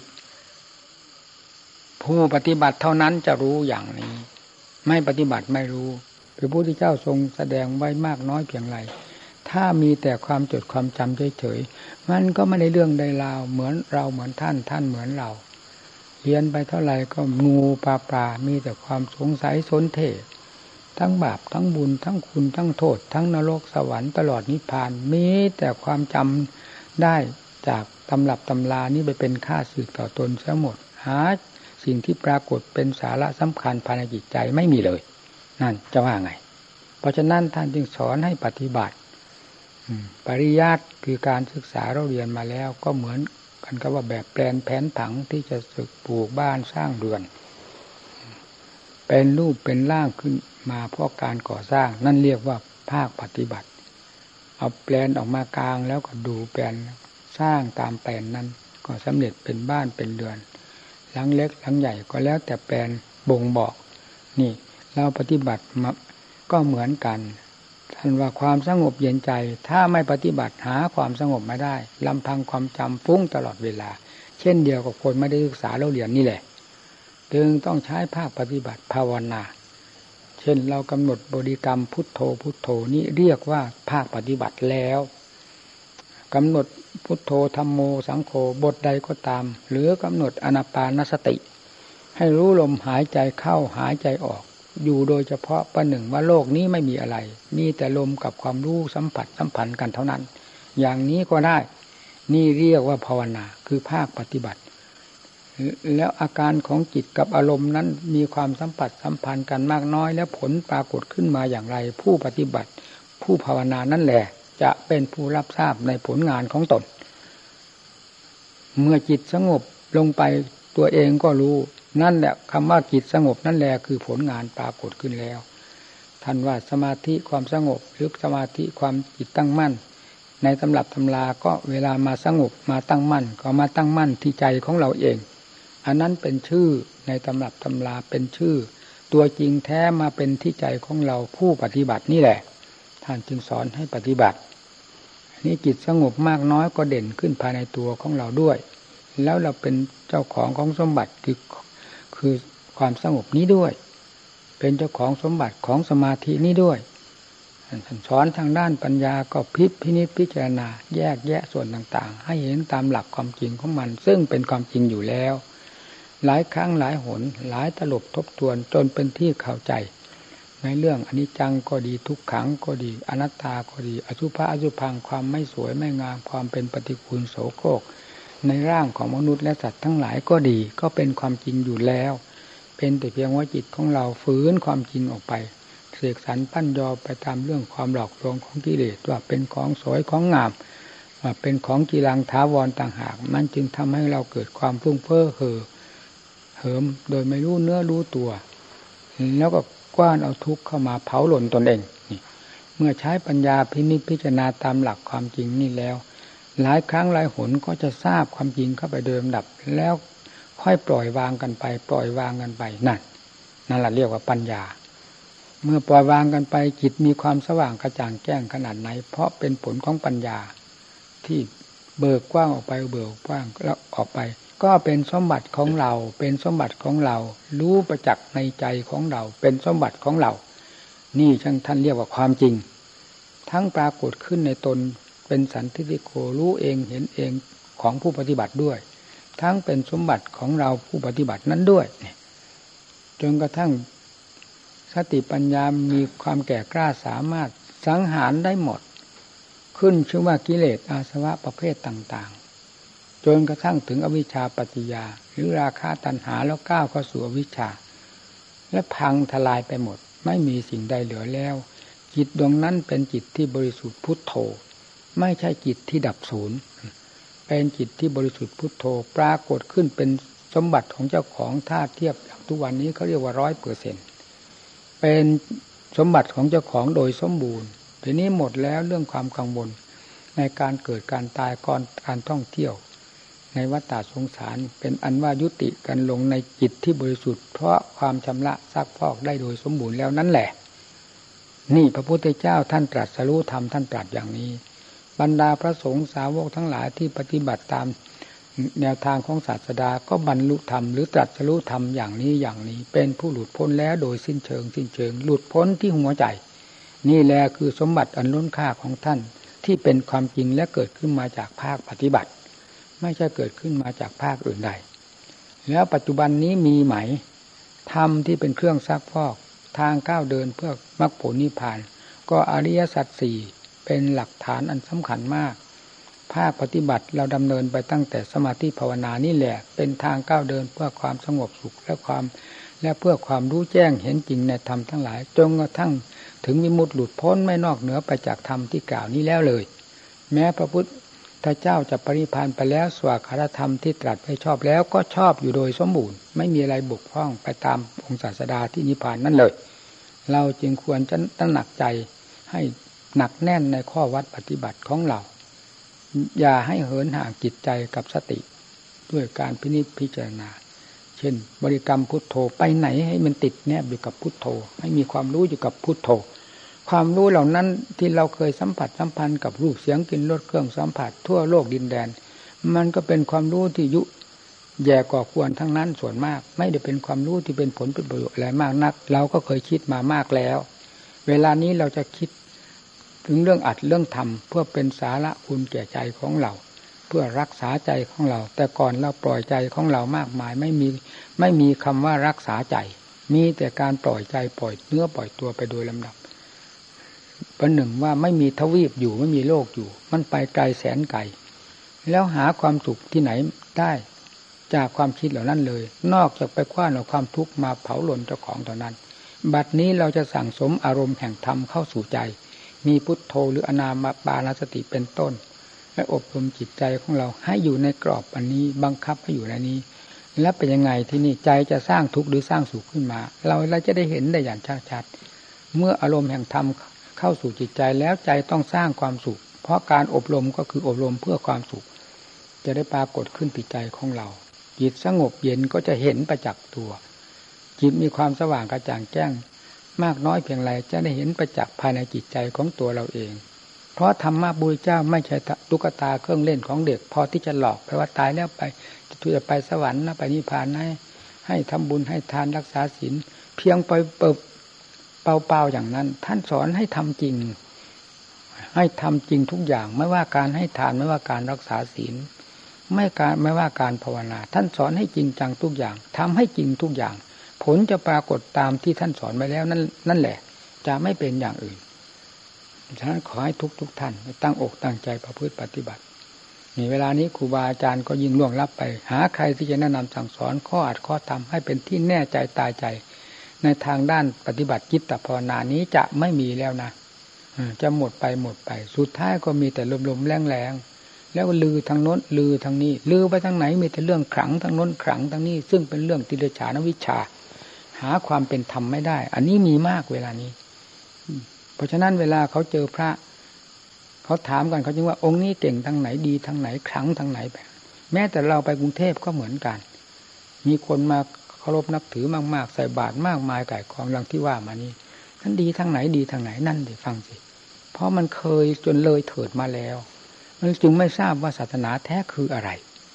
ผู้ปฏิบัติเท่านั้นจะรู้อย่างนี้ไม่ปฏิบัติไม่รู้พระพุทธเจ้าทรงแสดงไว้มากน้อยเพียงไรถ้ามีแต่ความจดความจำเฉยๆมันก็ไม่ได้เรื่องใดราวเหมือนเราเหมือนท่านท่านเหมือนเราเรียนไปเท่าไหร่ก็งูปลาปลามีแต่ความสงสัยสนเททั้งบาปทั้งบุญทั้งคุณทั้งโทษทั้งนรกสวรรค์ตลอดนิพพานมีแต่ความจำได้จากตำรับตำรานี้ไปเป็นค่าศึกต่อตนเสียหมดหาสิ่งที่ปรากฏเป็นสาระสำคัญภายในจิตใจไม่มีเลยนั่นจะว่าไงเพราะฉะนั้นท่านจึงสอนให้ปฏิบัติปริยัติคือการศึกษาเราเรียนมาแล้วก็เหมือนกันกับว่าแบบแปลนแผนผังที่จะศึกปลูกบ้านสร้างเรือนเป็นรูปเป็นร่างขึ้นมาเพราะการก่อสร้างนั่นเรียกว่าภาคปฏิบัติเอาแปลนออกมากลางแล้วก็ดูแปลนสร้างตามแปลนนั้นก็สำเร็จเป็นบ้านเป็นเรือนหลังเล็กหลังใหญ่ก็แล้วแต่แปลนบ่งบอกนี่เราปฏิบัติมาก็เหมือนกันท่านว่าความสงบเย็นใจถ้าไม่ปฏิบัติหาความสงบไม่ได้ลำพังความจำฟุ้งตลอดเวลาเช่นเดียวกับคนไม่ได้ศึกษาเราเรียนนี่แหละจึงต้องใช้ภาคปฏิบัติภาวนาเช่นเรากำหนดบริกรรมพุทโธพุทโธนี้เรียกว่าภาคปฏิบัติแล้วกำหนดพุทโธธัมโมสังโฆบทใดก็ตามหรือกำหนดอานาปานสติให้รู้ลมหายใจเข้าหายใจออกอยู่โดยเฉพาะประหนึ่งว่าโลกนี้ไม่มีอะไรมีแต่ลมกับความรู้สัมผัสสัมพันธ์กันเท่านั้นอย่างนี้ก็ได้นี่เรียกว่าภาวนาคือภาคปฏิบัติแล้วอาการของจิตกับอารมณ์นั้นมีความสัมผัสสัมพันธ์กันมากน้อยแล้วผลปรากฏขึ้นมาอย่างไรผู้ปฏิบัติผู้ภาวนานั่นแหละจะเป็นผู้รับทราบในผลงานของตนเมื่อจิตสงบลงไปตัวเองก็รู้นั่นแหละคำว่าจิตสงบนั่นแหละคือผลงานปรากฏขึ้นแล้วท่านว่าสมาธิความสงบหรือสมาธิความจิตตั้งมั่นในตำรับตำราก็เวลามาสงบมาตั้งมั่นก็มาตั้งมั่นที่ใจของเราเองอันนั้นเป็นชื่อในตำรับตำราเป็นชื่อตัวจริงแท้มาเป็นที่ใจของเราผู้ปฏิบัตินี่แหละท่านจึงสอนให้ปฏิบัตินี่จิตสงบมากน้อยก็เด่นขึ้นภายในตัวของเราด้วยแล้วเราเป็นเจ้าของของสมบัติคือคือความสงบนี้ด้วยเป็นเจ้าของสมบัติของสมาธินี้ด้วยท่านสอนทางด้านปัญญาก็พิพินิจพิจารณาแยกแยะส่วนต่างๆให้เห็นตามหลักความจริงของมันซึ่งเป็นความจริงอยู่แล้วหลายครั้งหลายหนหลายตลบทบทวนจนเป็นที่เข้าใจในเรื่องอนิจจังก็ดีทุกขังก็ดีอนัตตาก็ดีอสุภะอสุภังความไม่สวยไม่งามความเป็นปฏิกูลโสโครกในร่างของมนุษย์และสัตว์ทั้งหลายก็ดีก็เป็นความจริงอยู่แล้วเป็นแต่เพียงว่าจิตของเราฝืนความจริงออกไปเสกสรรปั้นยอไปตามเรื่องความหลอกลวงของกิเลสว่าเป็นของสวยของงามว่าเป็นของกีรังถาวรต่างหากมันจึงทำให้เราเกิดความฟุ้งเฟ้อเห่อเหิมโดยไม่รู้เนื้อรู้ตัวแล้วก็กว้านเอาทุกข์เข้ามาเผาหล่นตนเองนี่เมื่อใช้ปัญญาพินิจพิจารณาตามหลักความจริงนี่แล้วหลายครั้งหลายหนก็จะทราบความจริงเข้าไปโดยลำดับแล้วค่อยปล่อยวางกันไปปล่อยวางกันไปนั่นนั่นแหละเรียกว่าปัญญาเมื่อปล่อยวางกันไปจิตมีความสว่างกระจ่างแจ้งขนาดไหนเพราะเป็นผลของปัญญาที่เบิกกว้างออกไปเบิกกว้างแล้วออกไปก็เป็นสมบัติของเราเป็นสมบัติของเรารู้ประจักษ์ในใจของเราเป็นสมบัติของเรานี่ช่างท่านเรียกว่าความจริงทั้งปรากฏขึ้นในตนเป็นสันทิฏฐิโกรู้เองเห็นเองของผู้ปฏิบัติด้วยทั้งเป็นสมบัติของเราผู้ปฏิบัตินั้นด้วยจนกระทั่งสติปัญญามีความแก่กล้าสามารถสังหารได้หมดขึ้นชื่อว่ากิเลสอาสวะประเภทต่างๆจนกระทั่งถึงอวิชชาปัจจยาหรือราคะตัณหาแล้วก้าวเข้าสู่อวิชชาและพังทลายไปหมดไม่มีสิ่งใดเหลือแล้วจิตดวงนั้นเป็นจิตที่บริสุทธิ์พุทโธไม่ใช่จิตที่ดับศูนย์เป็นจิตที่บริสุทธิ์พุทโธปรากฏขึ้นเป็นสมบัติของเจ้าของถ้าเทียบอย่างทุกวันนี้เขาเรียกว่าร้อยเปอร์เซ็นต์เป็นสมบัติของเจ้าของโดยสมบูรณ์ทีนี้หมดแล้วเรื่องความกังวลในการเกิดการตายก่อนการท่องเที่ยวในวัฏฏะสงสารเป็นอันว่ายุติกันลงในจิตที่บริสุทธิ์เพราะความชำระซักฟอกได้โดยสมบูรณ์แล้วนั่นแหละนี่พระพุทธเจ้าท่านตรัสรู้ธรรมท่านตรัสอย่างนี้บรรดาพระสงฆ์สาวกทั้งหลายที่ปฏิบัติตามแนวทางของศาสดาก็บรรลุธรรมหรือตรัสรู้ธรรมอย่างนี้อย่างนี้เป็นผู้หลุดพ้นแล้วโดยสิ้นเชิงสิ้นเชิงหลุดพ้นที่หัวใจนี่แหละคือสมบัติอันล้นค่าของท่านที่เป็นความจริงและเกิดขึ้นมาจากภาคปฏิบัติไม่ใช่เกิดขึ้นมาจากภาคอื่นใดแล้วปัจจุบันนี้มีไหมธรรมที่เป็นเครื่องซักฟอกทางก้าวเดินเพื่อมรรคผลนิพพานก็อริยสัจสี่เป็นหลักฐานอันสำคัญมากภาคปฏิบัติเราดำเนินไปตั้งแต่สมาธิภาวนานี่แหละเป็นทางก้าวเดินเพื่อความสงบสุขและความและเพื่อความรู้แจ้งเห็นจริงในธรรมทั้งหลายจนกระทั่งถึงวิมุตติหลุดพ้นไม่นอกเหนือไปจากธรรมที่กล่าวนี้แล้วเลยแม้พระพุทธเจ้าจะปรินิพพานไปแล้วสวากขาธรรมที่ตรัสไว้ชอบแล้วก็ชอบอยู่โดยสมบูรณ์ไม่มีอะไรบกพร่องไปตามองค์ศาสดาที่นิพพานนั่นเลยเราจึงควรจะตั้งหนักใจให้หนักแน่นในข้อวัดปฏิบัติของเราอย่าให้เหินห่างจิตใจกับสติด้วยการพินิจพิจารณาเช่นบริกรรมพุทโธไปไหนให้มันติดแนบอยู่กับพุทโธให้มีความรู้อยู่กับพุทโธความรู้เหล่านั้นที่เราเคยสัมผัสสัมพันธ์กับรูปเสียงกลิ่นรสเครื่องสัมผัสทั่วโลกดินแดนมันก็เป็นความรู้ที่ยุแย่ก่อควรทั้งนั้นส่วนมากไม่ได้เป็นความรู้ที่เป็นผลเป็นประโยชน์อะไรมากนักเราก็เคยคิดมามากแล้วเวลานี้เราจะคิดถึงเรื่องอัดเรื่องทำเพื่อเป็นสาระคุณแก่ใจของเราเพื่อรักษาใจของเราแต่ก่อนเราปล่อยใจของเรามากมายไม่มีไม่มีคำว่ารักษาใจมีแต่การปล่อยใจปล่อยเนื้อปล่อยตัวไปโดยลำดับประหนึ่งว่าไม่มีทวีปอยู่ไม่มีโลกอยู่มันไปไกลแสนไกลแล้วหาความสุขที่ไหนได้จากความคิดเหล่านั้นเลยนอกจากไปคว้านเอาความทุกข์มาเผาหล่นเจ้าของเท่านั้นบัดนี้เราจะสั่งสมอารมณ์แห่งธรรมเข้าสู่ใจมีพุทโธหรืออนาปานสติเป็นต้นและอบรมจิตใจของเราให้อยู่ในกรอบอันนี้บังคับให้อยู่ในนี้และเป็นยังไงที่นี่ใจจะสร้างทุกข์หรือสร้างสุขขึ้นมาเราเราจะได้เห็นได้อย่างชัดๆเมื่ออารมณ์แห่งธรรมเข้าสู่จิตใจแล้วใจต้องสร้างความสุขเพราะการอบรมก็คืออบรมเพื่อความสุขจะได้ปรากฏขึ้นที่ใจของเราจิตสงบเย็นก็จะเห็นประจักษ์ตัวจิตมีความสว่างกระจ่างแจ้งมากน้อยเพียงไรจะได้เห็นประจักษ์ภายในจิตใจของตัวเราเองเพราะธรรมะบุญเจ้าไม่ใช่ตุ๊กตาเครื่องเล่นของเด็กพอที่จะหลอกไปว่าตายแล้วไปจะไปสวรรค์นะไปนิพพานให้ให้ทำบุญให้ทานรักษาศีลเพียงไปเปิบเปล่าๆอย่างนั้นท่านสอนให้ทำจริงให้ทำจริงทุกอย่างไม่ว่าการให้ทานไม่ว่าการรักษาศีลไม่การไม่ว่าการภาวนาท่านสอนให้จริงจังทุกอย่างทำให้จริงทุกอย่างผลจะปรากฏตามที่ท่านสอนไว้แล้วนั่นนั่นแหละจะไม่เป็นอย่างอื่นฉะนั้นขอให้ทุกทุกท่านตั้งอกตั้งใจประพฤติปฏิบัตินี่เวลานี้ครูบาอาจารย์ก็ยิ่งล่วงลับไปหาใครที่จะแนะนำสั่งสอนข้ออัดข้อทำให้เป็นที่แน่ใจตายใจในทางด้านปฏิบัติจิตภาวนานี้จะไม่มีแล้วนะจะหมดไปหมดไปสุดท้ายก็มีแต่ลมๆแรงๆแล้วลือทางโน้นลือทางนี้ลือไปทางไหนมีแต่เรื่องขลังทางโน้นขลังทางนี้ซึ่งเป็นเรื่องติเลฉานวิชชาหาความเป็นธรรมไม่ได้อันนี้มีมากเวลานี้เพราะฉะนั้นเวลาเขาเจอพระเขาถามกันเขาจึงว่าองค์นี้เก่งทางไหนดีทางไหนขลังทางไหนแบบแม้แต่เราไปกรุงเทพก็เหมือนกันมีคนมาเคารพนับถือมากๆใส่บาตรมากมายไก่ของอย่างที่ว่ามานี้นั่นดีทางไหนดีทางไหนนั่นดิฟังสิเพราะมันเคยจนเลยเถิดมาแล้วมันจึงไม่ทราบว่าศาสนาแท้คืออะไร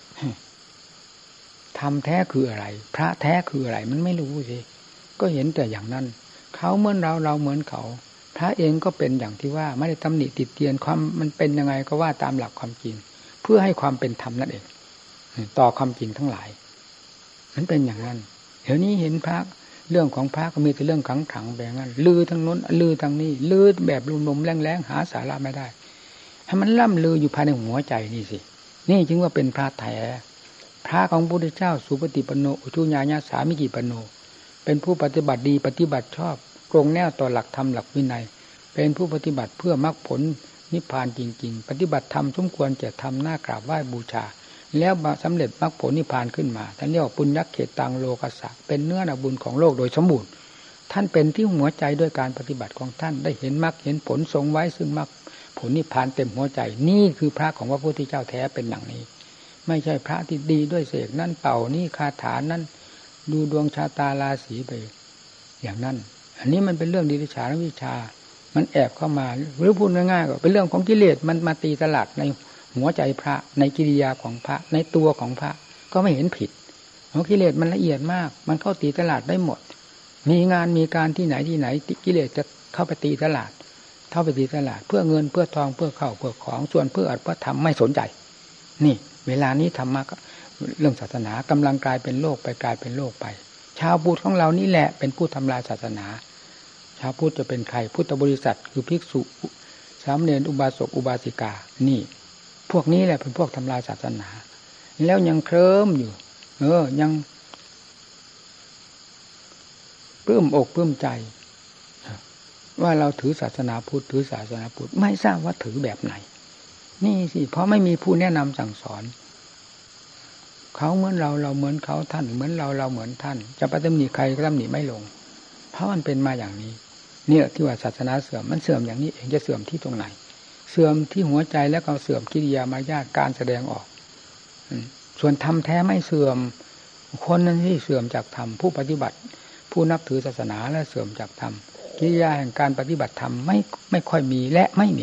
ธรรมแท้คืออะไรพระแท้คืออะไรมันไม่รู้สิก็เห็นแต่อย่างนั้นเขาเหมือนเราเราเหมือนเขาพระเองก็เป็นอย่างที่ว่าไม่ได้ตำหนิติดเตียนความมันเป็นยังไงก็ว่าตามหลักความจริงเพื่อให้ความเป็นธรรมนั่นเองต่อความจริงทั้งหลายมันเป็นอย่างนั้นเดี๋ยวนี้เห็นพระเรื่องของพระก็มีแต่เรื่องขังๆแบบนั้นลือทางโน้นลือทางนี้ลือแบบลมๆแรงๆหาสาระไม่ได้ให้มันล่ำลืออยู่ภายในหัวใจนี่สินี่จึงว่าเป็นพระแท้พระของพระพุทธเจ้าสุปฏิปันโนอุชุญญาสามิกิปันโนเป็นผู้ปฏิบัติดีปฏิบัติชอบตรงแนวต่อหลักธรรมหลักวินัยเป็นผู้ปฏิบัติเพื่อมรรคผลนิพพานจริงๆปฏิบัติธรรมสมควรจะทำหน้ากราบไหว้บูชาแล้วสำเร็จมรรคผลนิพพานขึ้นมาท่านเรียกว่าปุญญเขตังโลกัสสะเป็นเนื้อนาบุญของโลกโดยสมบูรณ์ท่านเป็นที่หัวใจด้วยการปฏิบัติของท่านได้เห็นมรรคเห็นผลทรงไว้ซึ่งมรรคผลนิพพานเต็มหัวใจนี่คือพระของพระพุทธเจ้าแท้เป็นอย่างนี้ไม่ใช่พระที่ดีด้วยเสกนั่นเป่านี่คาถานั่นดูดวงชะตาราศีไปอย่างนั้นอันนี้มันเป็นเรื่องดิฉานวิชามันแอบเข้ามาหรือพูดง่ายๆก็เป็นเรื่องของกิเลสมันมาตีตลาดในหัวใจพระในกิริยาของพระในตัวของพระก็ไม่เห็นผิดเพราะกิเลสมันละเอียดมากมันเข้าตีตลาดได้หมดมีงานมีการที่ไหนที่ไหนกิเลสจะเข้าไปตีตลาดเข้าไปตีตลาดเพื่อเงินเพื่อทองเพื่อข้าวเพื่อของส่วนเพื่ออัดเพื่อทำไม่สนใจนี่เวลานี้ธรรมะเรื่องศาสนากำลังกลายเป็นโลกไปกลายเป็นโลกไปชาวพุทธของเรานี่แหละเป็นผู้ทำลายศาสนาชาวพุทธจะเป็นใครพุทธบริษัทคือภิกษุสามเณรอุบาสกอุบาสิกานี่พวกนี้แหละเป็นพวกทำลายศาสนาแล้วยังเคลิ้มอยู่เออยังปลื้มอกปลื้มใจว่าเราถือศาสนาพุทธถือศาสนาพุทธไม่ทราบว่าถือแบบไหนนี่สิเพราะไม่มีผู้แนะนำสั่งสอนเขาเหมือนเราเราเหมือนเขาท่านเหมือนเราเราเหมือนท่านจะไปตำหนิใครก็ตำหนิไม่ลงเพราะมันเป็นมาอย่างนี้เนี่ยที่ว่าศาสนาเสื่อมมันเสื่อมอย่างนี้เองจะเสื่อมที่ตรงไหนเสื่อมที่หัวใจแล้วก็เสื่อมกิริยามารยาทการแสดงออกส่วนธรรมแท้ไม่เสื่อมคนนั้นที่เสื่อมจากธรรมผู้ปฏิบัติผู้นับถือศาสนาและเสื่อมจากธรรมกิริยาแห่งการปฏิบัติธรรมไม่ไม่ค่อยมีและไม่มี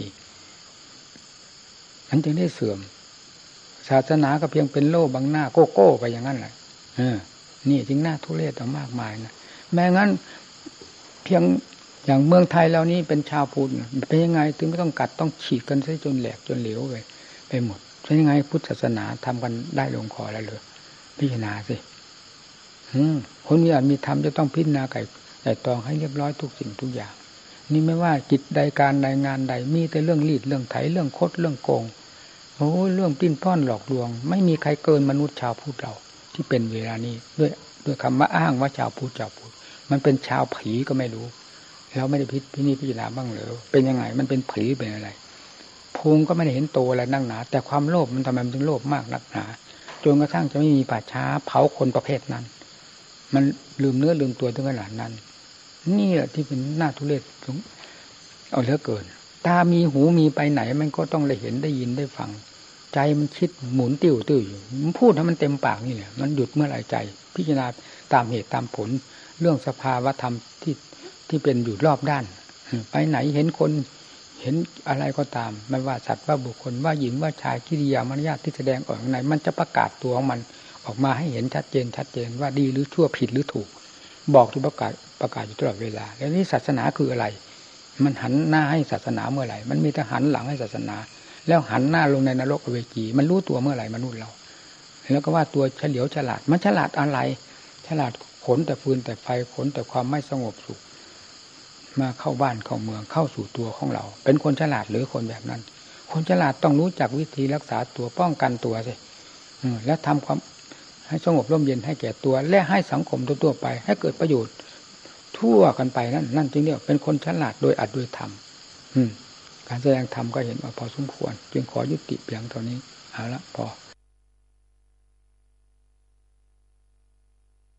นั้นจึงได้เสื่อมศาสนาก็เพียงเป็นโล่บังหน้าโก้โก้ไปอย่างนั้นแหละเออนี่จึงน่าทุเรศต่อมากมายนะแม้งั้นเพียงอย่างเมืองไทยเรานี่เป็นชาวพุทธเป็นยังไงถึงก็ต้องกัดต้องฉีกกันซะจนแหลกจนเหลวไปไปหมดเป็นยังไงพุทธศาสนาทำกันได้ลงคอแล้วเลยพิจารณาสิคนมีอาจมีธรรมจะต้องพิจารณาไก่ไก่ตองให้เรียบร้อยทุกสิ่งทุกอย่างนี่ไม่ว่ากิจใดการใดงานใดมีแต่เรื่องรีดเรื่องไถเรื่องคดเรื่องโกงโอ้เรื่องปิ้นป้อนหลอกลวงไม่มีใครเกินมนุษย์ชาวพุทธเราที่เป็นเวลานี้ด้วยด้วยคำว่าอ้างว่าชาวพุทธชาวพุทธมันเป็นชาวผีก็ไม่รู้แล้วไม่ได้พิพินิจพิจารณาบ้างเหรอเป็นยังไงมันเป็นผีเป็นอะไรพุงก็ไม่ได้เห็นโตอะไรนักหนาแต่ความโลภมันทำไมมันถึงโลภมากนักหนาจนกระทั่งจะไม่มีป่าช้าเผาคนประเภทนั้นมันลืมเนื้อลืมตัวถึงขนาดนั้นนี่แหละที่เป็นหน้าทุเรศเอาเหลือเกินตามีหูมีไปไหนมันก็ต้องได้เห็นได้ยินได้ฟังใจมันคิดหมุนติ้วติ้วอยู่มันพูดให้มันเต็มปากนี่แหละมันหยุดเมื่อไหร่ใจพิจารณาตามเหตุตามผลเรื่องสภาวะธรรมที่ที่เป็นอยู่รอบด้านไปไหนเห็นคนเห็นอะไรก็ตามไม่ว่าสัตว์ว่าบุคคลว่าหญิงว่าชายกิริยามารยาทที่แสดงออกข้างในมันจะประกาศตัวของมันออกมาให้เห็นชัดเจนชัดเจนว่าดีหรือชั่วผิดหรือถูกบอกที่ประกาศประกาศอยู่ตลอดเวลาแล้วนี่ศาสนาคืออะไรมันหันหน้าให้ศาสนาเมื่อไหร่มันมีแต่หันหลังให้ศาสนาแล้วหันหน้าลงในนรกอเวจีมันรู้ตัวเมื่อไหร่มนุษย์เราแล้วก็ว่าตัวเฉลียวฉลาดมันฉลาดอะไรฉลาดขนแต่ฟืนแต่ไฟขนแต่ความไม่สงบสุขมาเข้าบ้านเข้าเมืองเข้าสู่ตัวของเราเป็นคนฉลาดหรือคนแบบนั้นคนฉลาดต้องรู้จักวิธีรักษาตัวป้องกันตัวสิแล้วทำความให้สงบร่มเย็นให้แก่ตัวและให้สังคมทั่วๆไปให้เกิดประโยชน์ทั่วกันไปนั่นนั่นจึงเรียกเป็นคนฉลาดโดยอัดโดยธรรมการแสดงธรรมก็เห็นว่าพอสมควรจึงขอยุติเพียงเท่านี้เอาละพอ